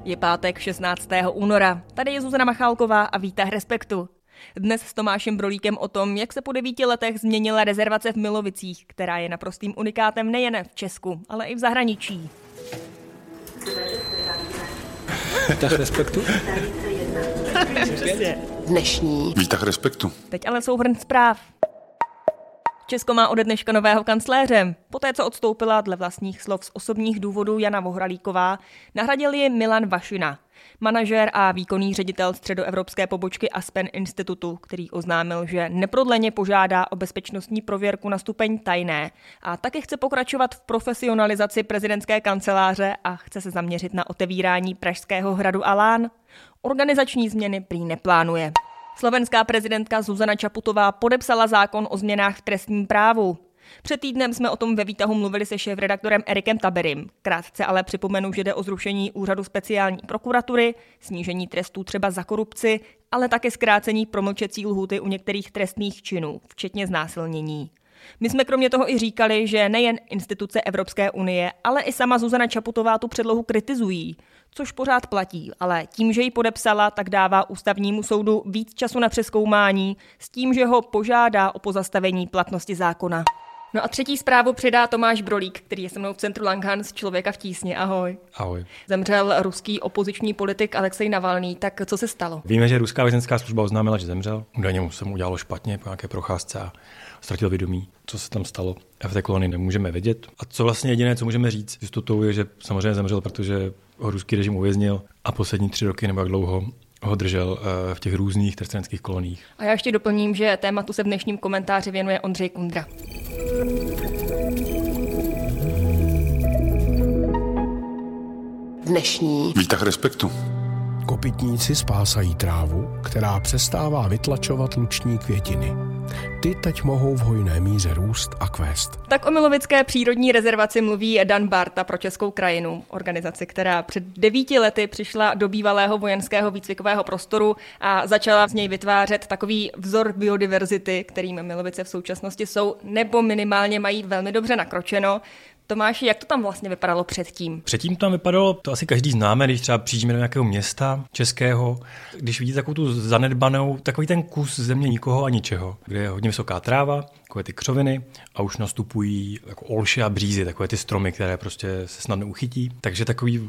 Je pátek 16. února. Tady je Zuzana Machálková a výtah Respektu. Dnes s Tomášem Brolíkem o tom, jak se po 9 letech změnila rezervace v Milovicích, která je naprostým unikátem nejen v Česku, ale i v zahraničí. Výtah Respektu? Dnešní Výtah Respektu. Teď ale souhrn zpráv. Česko má ode dneška nového kancléře. Poté, co odstoupila dle vlastních slov z osobních důvodů Jana Vohralíková, nahradil ji Milan Vašina, manažér a výkonný ředitel středoevropské pobočky Aspen Institutu, který oznámil, že neprodleně požádá o bezpečnostní prověrku na stupeň tajné a taky chce pokračovat v profesionalizaci prezidentské kanceláře a chce se zaměřit na otevírání Pražského hradu a lán. Organizační změny prý neplánuje. Slovenská prezidentka Zuzana Čaputová podepsala zákon o změnách v trestním právu. Před týdnem jsme o tom ve výtahu mluvili se šéfredaktorem Erikem Taberim. Krátce ale připomenu, že jde o zrušení úřadu speciální prokuratury, snížení trestů třeba za korupci, ale také zkrácení promlčecí lhůty u některých trestných činů, včetně znásilnění. My jsme kromě toho i říkali, že nejen instituce Evropské unie, ale i sama Zuzana Čaputová tu předlohu kritizují, což pořád platí, ale tím, že ji podepsala, tak dává ústavnímu soudu víc času na přezkoumání s tím, že ho požádá o pozastavení platnosti zákona. No a třetí zprávu přidá Tomáš Brolík, který je se mnou v centru Langhans, Člověka v tísni. Ahoj. Ahoj. Zemřel ruský opoziční politik Alexej Navalný, tak co se stalo? Víme, že ruská vězenská služba oznámila, že zemřel. Údajně se mu udělalo špatně po nějaké procházce a ztratil vědomí. Co se tam stalo? A v té kolonii nemůžeme vědět. A co vlastně jediné, co můžeme říct s jistotou, je, že samozřejmě zemřel, protože ho ruský režim uvěznil a poslední 3 roky nebo jak dlouho ho držel v těch různých trestněneckých koloniích. A já ještě doplním, že tématu se v dnešním komentáři věnuje Ondřej Kundra. dnešní Výtah Respektu. Kopytníci spásají trávu, která přestává vytlačovat luční květiny. Ty teď mohou v hojné míře růst a kvést. Tak o Milovické přírodní rezervaci mluví Dan Barta pro Českou krajinu, organizaci, která před 9 lety přišla do bývalého vojenského výcvikového prostoru a začala z něj vytvářet takový vzor biodiverzity, kterým Milovice v současnosti jsou, nebo minimálně mají velmi dobře nakročeno. Tomáši, jak to tam vlastně vypadalo předtím? Předtím tam vypadalo, to asi každý známe, když třeba přijíždíme do nějakého města českého, když vidíte takovou tu zanedbanou, takový ten kus země nikoho a ničeho, kde je hodně vysoká tráva, takové ty křoviny a už nastupují jako olše a břízy, takové ty stromy, které prostě se snadno uchytí. Takže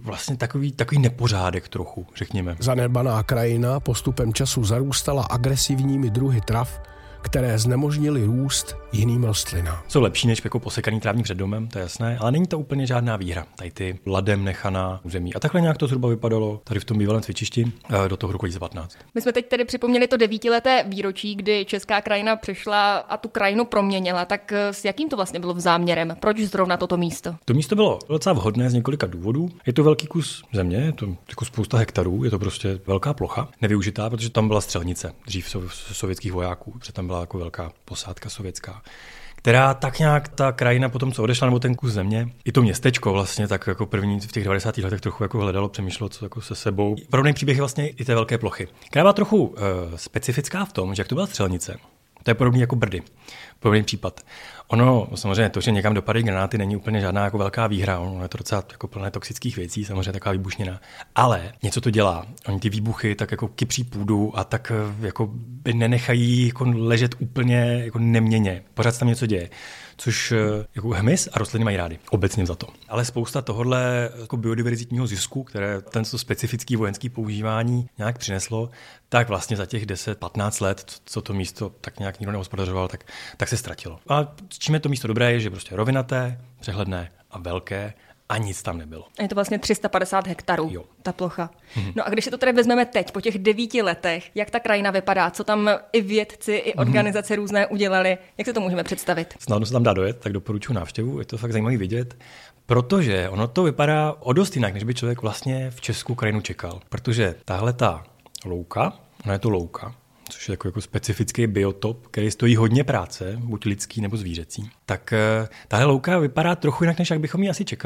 takový nepořádek trochu, řekněme. Zanedbaná krajina postupem času zarůstala agresivními druhy trav, které znemožnily růst jiným rostlinám. Jsou lepší než jako posekaný trávník před domem, to je jasné, ale není to úplně žádná výhra. Tady ty ladem nechaná území. A takhle nějak to zhruba vypadalo tady v tom bývalém cvičišti do toho roku 2015. My jsme teď tedy připomněli to 9leté výročí, kdy česká krajina přišla a tu krajinu proměnila. Tak s jakým to vlastně bylo záměrem? Proč zrovna toto místo? To místo bylo docela vhodné z několika důvodů. Je to velký kus země, je to jako spousta hektarů, je to prostě velká plocha, nevyužitá, protože tam byla střelnice dřív sovětských vojáků, protože tam byla jako velká posádka sovětská, která tak nějak ta krajina potom, co odešla, nebo ten kus země, i to městečko vlastně tak jako první v těch 90. letech trochu jako hledalo, přemýšlelo, co jako se sebou. Podobný příběh je vlastně i té velké plochy, která byla trochu specifická v tom, že jak to byla střelnice, to je podobný jako Brdy, podobný případ. Ono samozřejmě to, že někam dopadají granáty, není úplně žádná jako velká výhra, ono je to docela jako plné toxických věcí, samozřejmě taková výbušnina, ale něco to dělá. Oni ty výbuchy tak jako kypří půdu a tak jako nenechají jako ležet úplně jako neměnně. Pořád se tam něco děje, což jako hmyz a rostliny mají rády, obecně za to. Ale spousta tohohle jako biodiverzitního zisku, které tento specifický vojenský používání nějak přineslo, tak vlastně za těch 10-15 let, co to místo tak nějak nikdo nehospodařoval, tak se ztratilo. A s čím je to místo dobré, je, že prostě rovinaté, přehledné a velké a nic tam nebylo. Je to vlastně 350 hektarů, jo. Ta plocha. No a když si to tady vezmeme teď, po těch 9 letech, jak ta krajina vypadá, co tam i vědci, i organizace různé udělali, jak se to můžeme představit? Snadno se tam dá dojet, tak doporučuji návštěvu, je to fakt zajímavý vidět, protože ono to vypadá o dost jinak, než by člověk vlastně v Česku krajinu čekal. Protože tahle ta louka, ona je to louka, což je jako specifický biotop, který stojí hodně práce, buď lidský nebo zvířecí, tak tahle louka vypadá trochu jinak, než jak bychom ji asi čekali.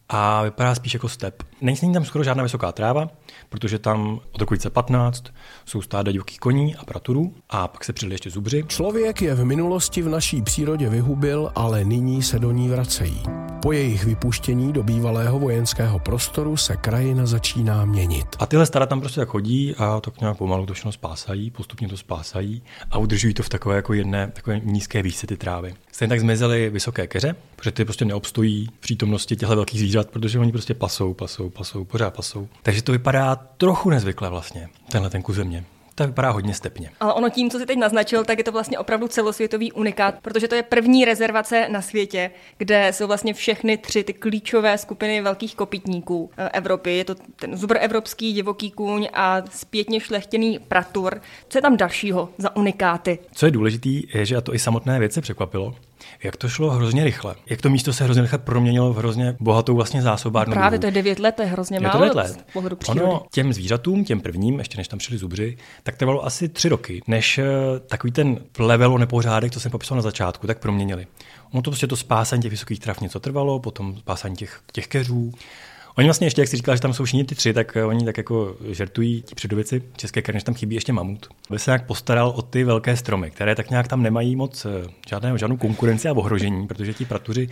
a vypadá spíš jako step. Není tam skoro žádná vysoká tráva, protože tam od roku 2015 jsou stáda divokých koní a praturů a pak se přidali ještě zubři. Člověk je v minulosti v naší přírodě vyhubil, ale nyní se do ní vracejí. Po jejich vypuštění do bývalého vojenského prostoru se krajina začíná měnit. A tyhle stáda tam prostě tak chodí a tak nějak pomalu to všechno spásají, postupně to spásají a udržují to v takové jako jedné takové nízké výšce ty trávy. Stejně tak zmizely vysoké keře, protože ty prostě neobstojí v přítomnosti těchto velkých zvířat, protože oni prostě pasou, pořád pasou. Takže to vypadá trochu nezvykle vlastně, tenhle ten kus země. To vypadá hodně stepně. Ale ono tím, co jsi teď naznačil, tak je to vlastně opravdu celosvětový unikát, protože to je první rezervace na světě, kde jsou vlastně všechny 3 ty klíčové skupiny velkých kopytníků Evropy. Je to ten zubr evropský, divoký kůň a zpětně šlechtěný pratur. Co je tam dalšího za unikáty? Co je důležitý, je, že a to i samotné věci překvapilo, jak to šlo hrozně rychle. Jak to místo se hrozně rychle proměnilo v hrozně bohatou vlastně zásobárnu. Právě to je 9 let, to je hrozně málo z pohledu přírody. Ono těm zvířatům, těm prvním, ještě než tam přišli zubři, tak trvalo asi 3 roky, než takový ten level o nepořádek, co jsem popisoval na začátku, tak proměnili. Ono to prostě to spásání těch vysokých trav něco trvalo, potom spásání těch keřů. Oni vlastně ještě, jak jsi říkal, že tam jsou všichni ty 3, tak oni tak jako žertují ti přírodovědci české krajiny, že tam chybí ještě mamut. Aby se nějak postaral o ty velké stromy, které tak nějak tam nemají moc žádnou konkurenci a ohrožení, protože ti pratuři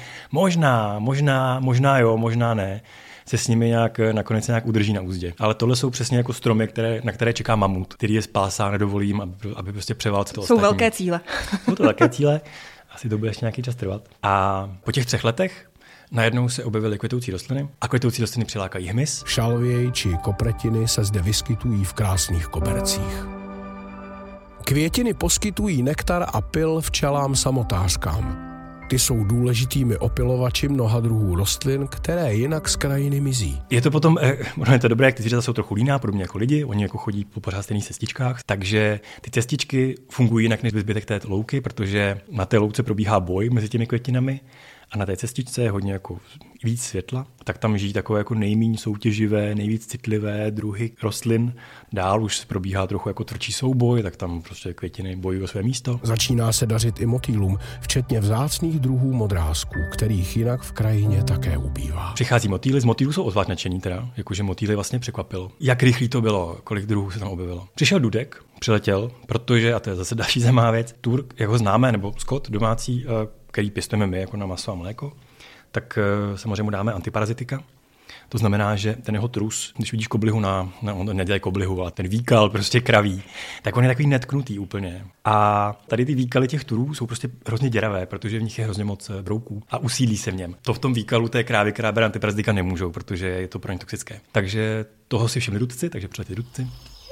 možná jo, možná ne, se s nimi nakonec nějak udrží na úzdě. Ale tohle jsou přesně jako stromy, na které čeká mamut, který je spásá, nedovolí jim, aby prostě převálcil to ostatní. Jsou velké cíle. Jsou to velké cíle, asi to bude ještě nějaký čas trvat. A po těch 3 letech najednou se objevily kvetoucí rostliny a kvetoucí rostliny přilákají hmyz. Šalvěj či kopretiny se zde vyskytují v krásných kobercích. Květiny poskytují nektar a pyl včelám samotářkám. Ty jsou důležitými opylovači mnoha druhů rostlin, které jinak z krajiny mizí. Je to potom, je to dobré, jak ty zvířata jsou trochu líná, podobně jako lidi, oni jako chodí po pořád stejných cestičkách, takže ty cestičky fungují jinak než zbytek té louky, protože na té louce probíhá boj mezi těmi květinami a na té cestičce je hodně jako víc světla, tak tam žijí takové jako nejméně soutěživé, nejvíc citlivé druhy rostlin. Dál už probíhá trochu jako tvrdší souboj, tak tam prostě květiny bojují o své místo. Začíná se dařit i motýlům, včetně vzácných druhů modrázků, kterých jinak v krajině také ubývá. Přichází motýly, z motýlů jsou ozvlášť nadšení teda, jakože motýly vlastně překvapilo. Jak rychlý to bylo, kolik druhů se tam objevilo. Přišel dudek, přiletěl, protože, a to je zase další zajímavá věc, Turk, jak ho známe, nebo Skot domácí, který pěstujeme my jako na maso a mléko, tak samozřejmě mu dáme antiparazitika. To znamená, že ten jeho trus, když vidíš koblihu on nedělají koblihu, ale ten výkal prostě kraví, tak on je takový netknutý úplně. A tady ty výkaly těch turů jsou prostě hrozně děravé, protože v nich je hrozně moc brouků a usídlí se v něm. To v tom výkalu té krávy, která bere antiparazitika, nemůžou, protože je to pro ně toxické. Takže toho si všimli dudci, takže přiletěli dudci.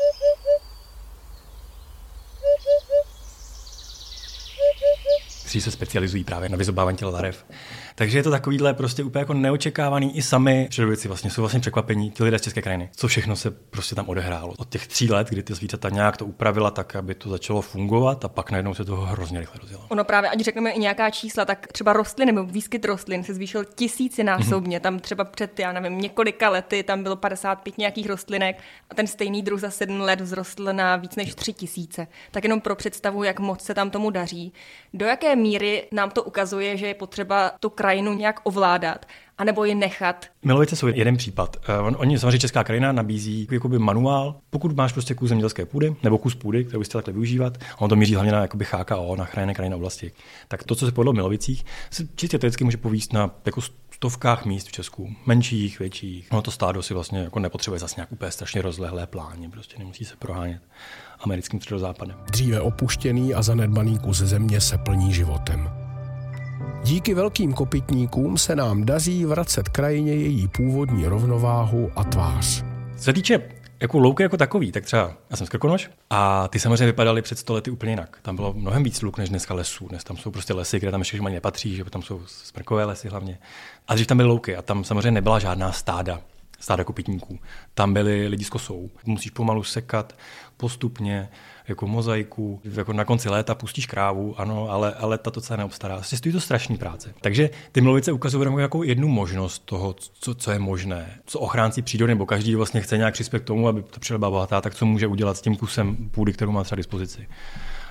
Kteří se specializují právě na vyzobávání těla larev. Takže je to takovýhle prostě úplně jako neočekávaný, i sami přírodovědci vlastně jsou vlastně překvapení, ti lidé z české krajiny, co všechno se prostě tam odehrálo. Od těch 3 let, kdy ty zvířata nějak to upravila tak, aby to začalo fungovat a pak najednou se toho hrozně rychle rozjelo. Ono právě, ať řekneme i nějaká čísla, tak třeba rostliny nebo výskyt rostlin se zvýšil 1000násobně. Tam třeba před, několika lety tam bylo 55 nějakých rostlinek a ten stejný druh za 7 let vzrostl na víc než 3000. Tak jenom pro představu, jak moc se tam tomu daří. Do jaké míry nám to ukazuje, že je potřeba tu krajinu nějak ovládat, anebo ji nechat? Milovice jsou jeden případ. Oni samozřejmě česká krajina nabízí jakoby manuál, pokud máš prostě kus zemědělské půdy nebo kus půdy, kterou byste takhle využívat, a on to míří hlavně na jakoby HKO, na chráněné krajinné oblasti. Tak to, co se povedlo v Milovicích, se čistě teoreticky může povíst na jako stovkách míst v Česku, menších, větších. No to stádo si vlastně jako nepotřebuje zase nějak úplně strašně rozlehlé pláně, prostě nemusí se prohánět americkým středozápadem. Dříve opuštěný a zanedbaný kus země se plní životem. Díky velkým kopytníkům se nám daří vracet krajině její původní rovnováhu a tvář. Co se týče jako louky jako takový, tak třeba já jsem z Krkonoš a ty samozřejmě vypadaly před 100 lety úplně jinak. Tam bylo mnohem víc luk než dneska lesů. Dnes tam jsou prostě lesy, které tam ještě ani nepatří, že tam jsou smrkové lesy hlavně. A dřív tam byly louky a tam samozřejmě nebyla žádná stáda kopytníků. Tam byli lidi s kosou. Musíš pomalu sekat postupně, jako mozaiku, jako na konci léta pustíš krávu, ano, ale tato celé neobstará. Stojí to strašný práce. Takže ty Milovice ukazují jako jednu možnost toho, co je možné. Co ochránci přírody, nebo každý vlastně chce nějak přispět k tomu, aby ta příroda byla bohatá, tak co může udělat s tím kusem půdy, kterou má třeba dispozici.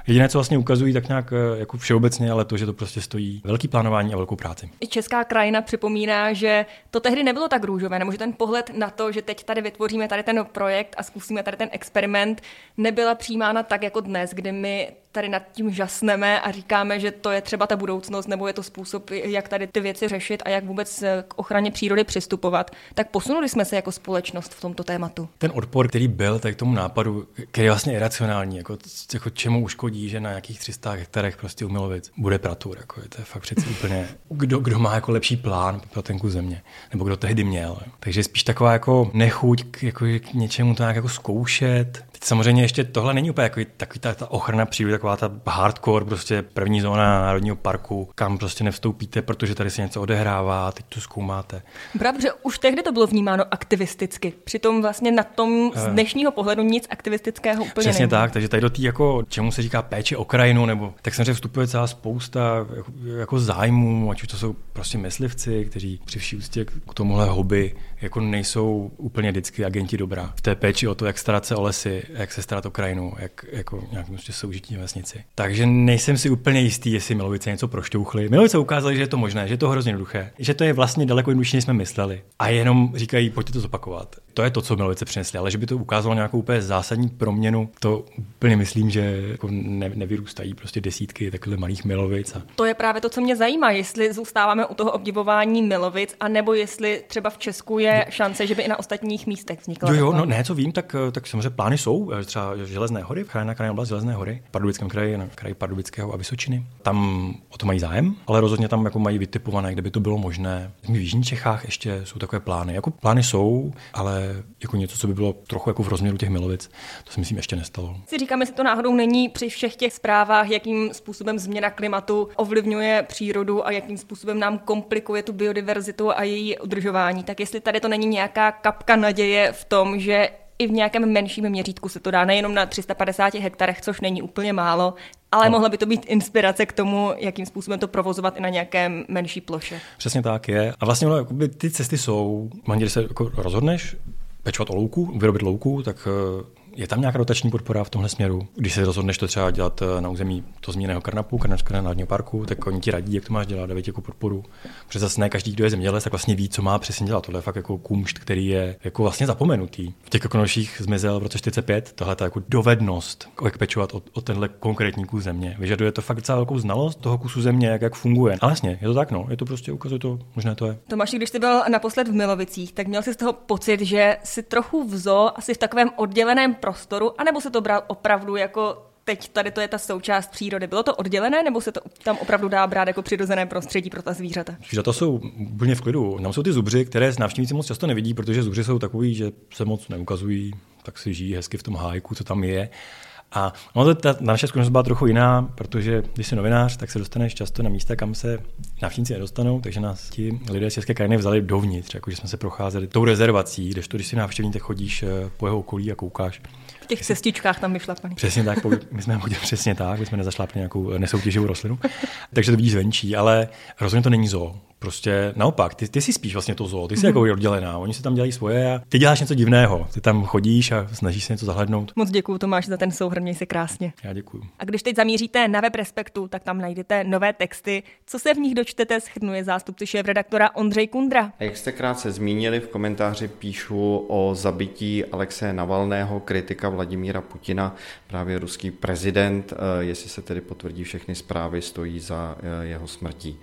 Jediné, co vlastně ukazují tak nějak jako všeobecně, ale to, že to prostě stojí velký plánování a velkou práci. I česká krajina připomíná, že to tehdy nebylo tak růžové, nebo že ten pohled na to, že teď tady vytvoříme tady ten projekt a zkusíme tady ten experiment, nebyla přijímána tak jako dnes, kdy my tady nad tím žasneme a říkáme, že to je třeba ta budoucnost, nebo je to způsob, jak tady ty věci řešit a jak vůbec k ochraně přírody přistupovat. Tak posunuli jsme se jako společnost v tomto tématu. Ten odpor, který byl tady k tomu nápadu, který je vlastně iracionální, jako čemu uškodí, že na nějakých 300 hektarech prostě u Milovic bude pratur, jako to je fakt přeci úplně kdo má jako lepší plán pro ten kus země, nebo kdo tehdy měl. Takže spíš taková jako nechuť k něčemu to nějak jako zkoušet. Teď samozřejmě ještě tohle není úplně takový ta ochrana přírody, taková ta hardcore, prostě první zóna národního parku, kam prostě nevstoupíte, protože tady se něco odehrává, teď tu zkoumáte. Pravda, že už tehdy to bylo vnímáno aktivisticky. Přitom vlastně na tom z dnešního pohledu nic aktivistického úplně Přesně není. tak, takže tady do té jako čemu se říká péče o krajinu, nebo tak samozřejmě vstupuje celá spousta jako zájmů, ať už to jsou prostě myslivci, kteří při vší úctě k tomuhle hobby jako nejsou úplně vždycky agenti dobra. V té péči o to, jak starat se o lesy, jak se starat o krajinu, jak jako nějak prostě soužití vesnici. Takže nejsem si úplně jistý, jestli Milovice něco prošťouchli. Milovice ukázali, že je to možné, že je to hrozně jednoduché, že to je vlastně daleko jednodušší, než jsme mysleli. A jenom říkají, pojďte to zopakovat. To je to, co Milovice přinesli, ale že by to ukázalo nějakou úplně zásadní proměnu, to úplně myslím, že jako nevyrůstají prostě desítky takových malých Milovic. To je právě to, co mě zajímá, jestli zůstáváme u toho obdivování Milovic, anebo jestli třeba v Česku je šance, že by i na ostatních místech vznikla. Jo, no ne, co vím, tak samozřejmě plány jsou, třeba Železné hory, krajinná oblast Železné hory, v Pardubickém kraji, na kraji Pardubického a Vysočiny. Tam o to mají zájem, ale rozhodně tam jako mají vytipované, kde by to bylo možné. V jižních Čechách ještě jsou takové plány. Jako plány jsou, ale jako něco, co by bylo trochu jako v rozměru těch Milovic, to si myslím ještě nestalo. Si říkáme, jestli to náhodou není při všech těch zprávách, jakým způsobem změna klimatu ovlivňuje přírodu a jakým způsobem nám komplikuje tu biodiverzitu a její udržování, tak jestli tady to není nějaká kapka naděje v tom, že i v nějakém menším měřítku se to dá, nejenom na 350 hektarech, což není úplně málo, ale mohla by to být inspirace k tomu, jakým způsobem to provozovat i na nějaké menší ploše. Přesně tak je. A vlastně ty cesty jsou, když se jako rozhodneš pečovat o louku, vyrobit louku, tak je tam nějaká dotační podpora v tomhle směru. Když se rozhodneš to třeba dělat na území toho zmíněného Karnapu, Karnačského národního parku, tak oni ti radí, jak to máš dělat, dají jako podporu. Protože zase ne každý, kdo je zemědělec, tak vlastně ví, co má přesně dělat. Tohle je fakt jako kumšt, který je jako vlastně zapomenutý. V těch ekonoších zmizel v roce 45, tohle je jako dovednost, jak pečovat o tenhle konkrétní kus země. Vyžaduje to fakt docela velkou znalost toho kusu země, jak funguje. Ale vlastně, je to tak, no, je to prostě ukazuje to, možná to je. Tomáši, když jsi byl naposled v Milovicích, tak měl jsi z toho pocit, že si trochu v zoo, asi v takovém odděleném prostoru, anebo se to bral opravdu jako teď tady to je ta součást přírody. Bylo to oddělené, nebo se to tam opravdu dá brát jako přirozené prostředí pro ta zvířata? Zvířata jsou úplně v klidu. Tam jsou ty zubři, které návštěvníci moc často nevidí, protože zubři jsou takový, že se moc neukazují, tak si žijí hezky v tom hájku, co tam je. A ta naše zkušenost byla trochu jiná, protože když jsi novinář, tak se dostaneš často na místa, kam se návštěvníci nedostanou, takže nás ti lidé z české krajiny vzali dovnitř, jako že jsme se procházeli tou rezervací, kdežto když si návštěvník, tak chodíš po jeho okolí a koukáš. V těch cestičkách tam vyšlapaný. Přesně tak, my jsme hodili přesně tak, my jsme nezašlápli nějakou nesoutěživou rostlinu, takže to vidíš zvenčí, ale rozhodně to není zoo. Prostě naopak, ty si spíš vlastně to zoo, ty jsi jako oddělená, oni si tam dělají svoje a ty děláš něco divného, ty tam chodíš a snažíš se něco zahlednout. Moc děkuju, Tomáš, za ten souhrn, měj se krásně. Já děkuju. A když teď zamíříte na web Respektu, tak tam najdete nové texty. Co se v nich dočtete, shrnuje zástupce šéfredaktora Ondřej Kundra. A jak jste krátce zmínili, v komentáři píšu o zabití Alexeje Navalného, kritika Vladimíra Putina, právě ruský prezident, jestli se tedy potvrdí všechny zprávy, stojí za jeho smrtí.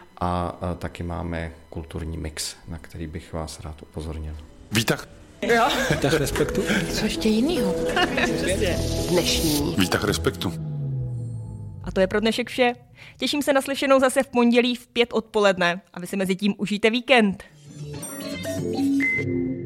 A taky máme kulturní mix, na který bych vás rád upozornil. Výtah. Jo. Výtah Respektu. Co ještě jinýho? Dnešní. Výtah Respektu. A to je pro dnešek vše. Těším se na slyšenou zase v pondělí v 5 odpoledne a vy si mezi tím užijte víkend.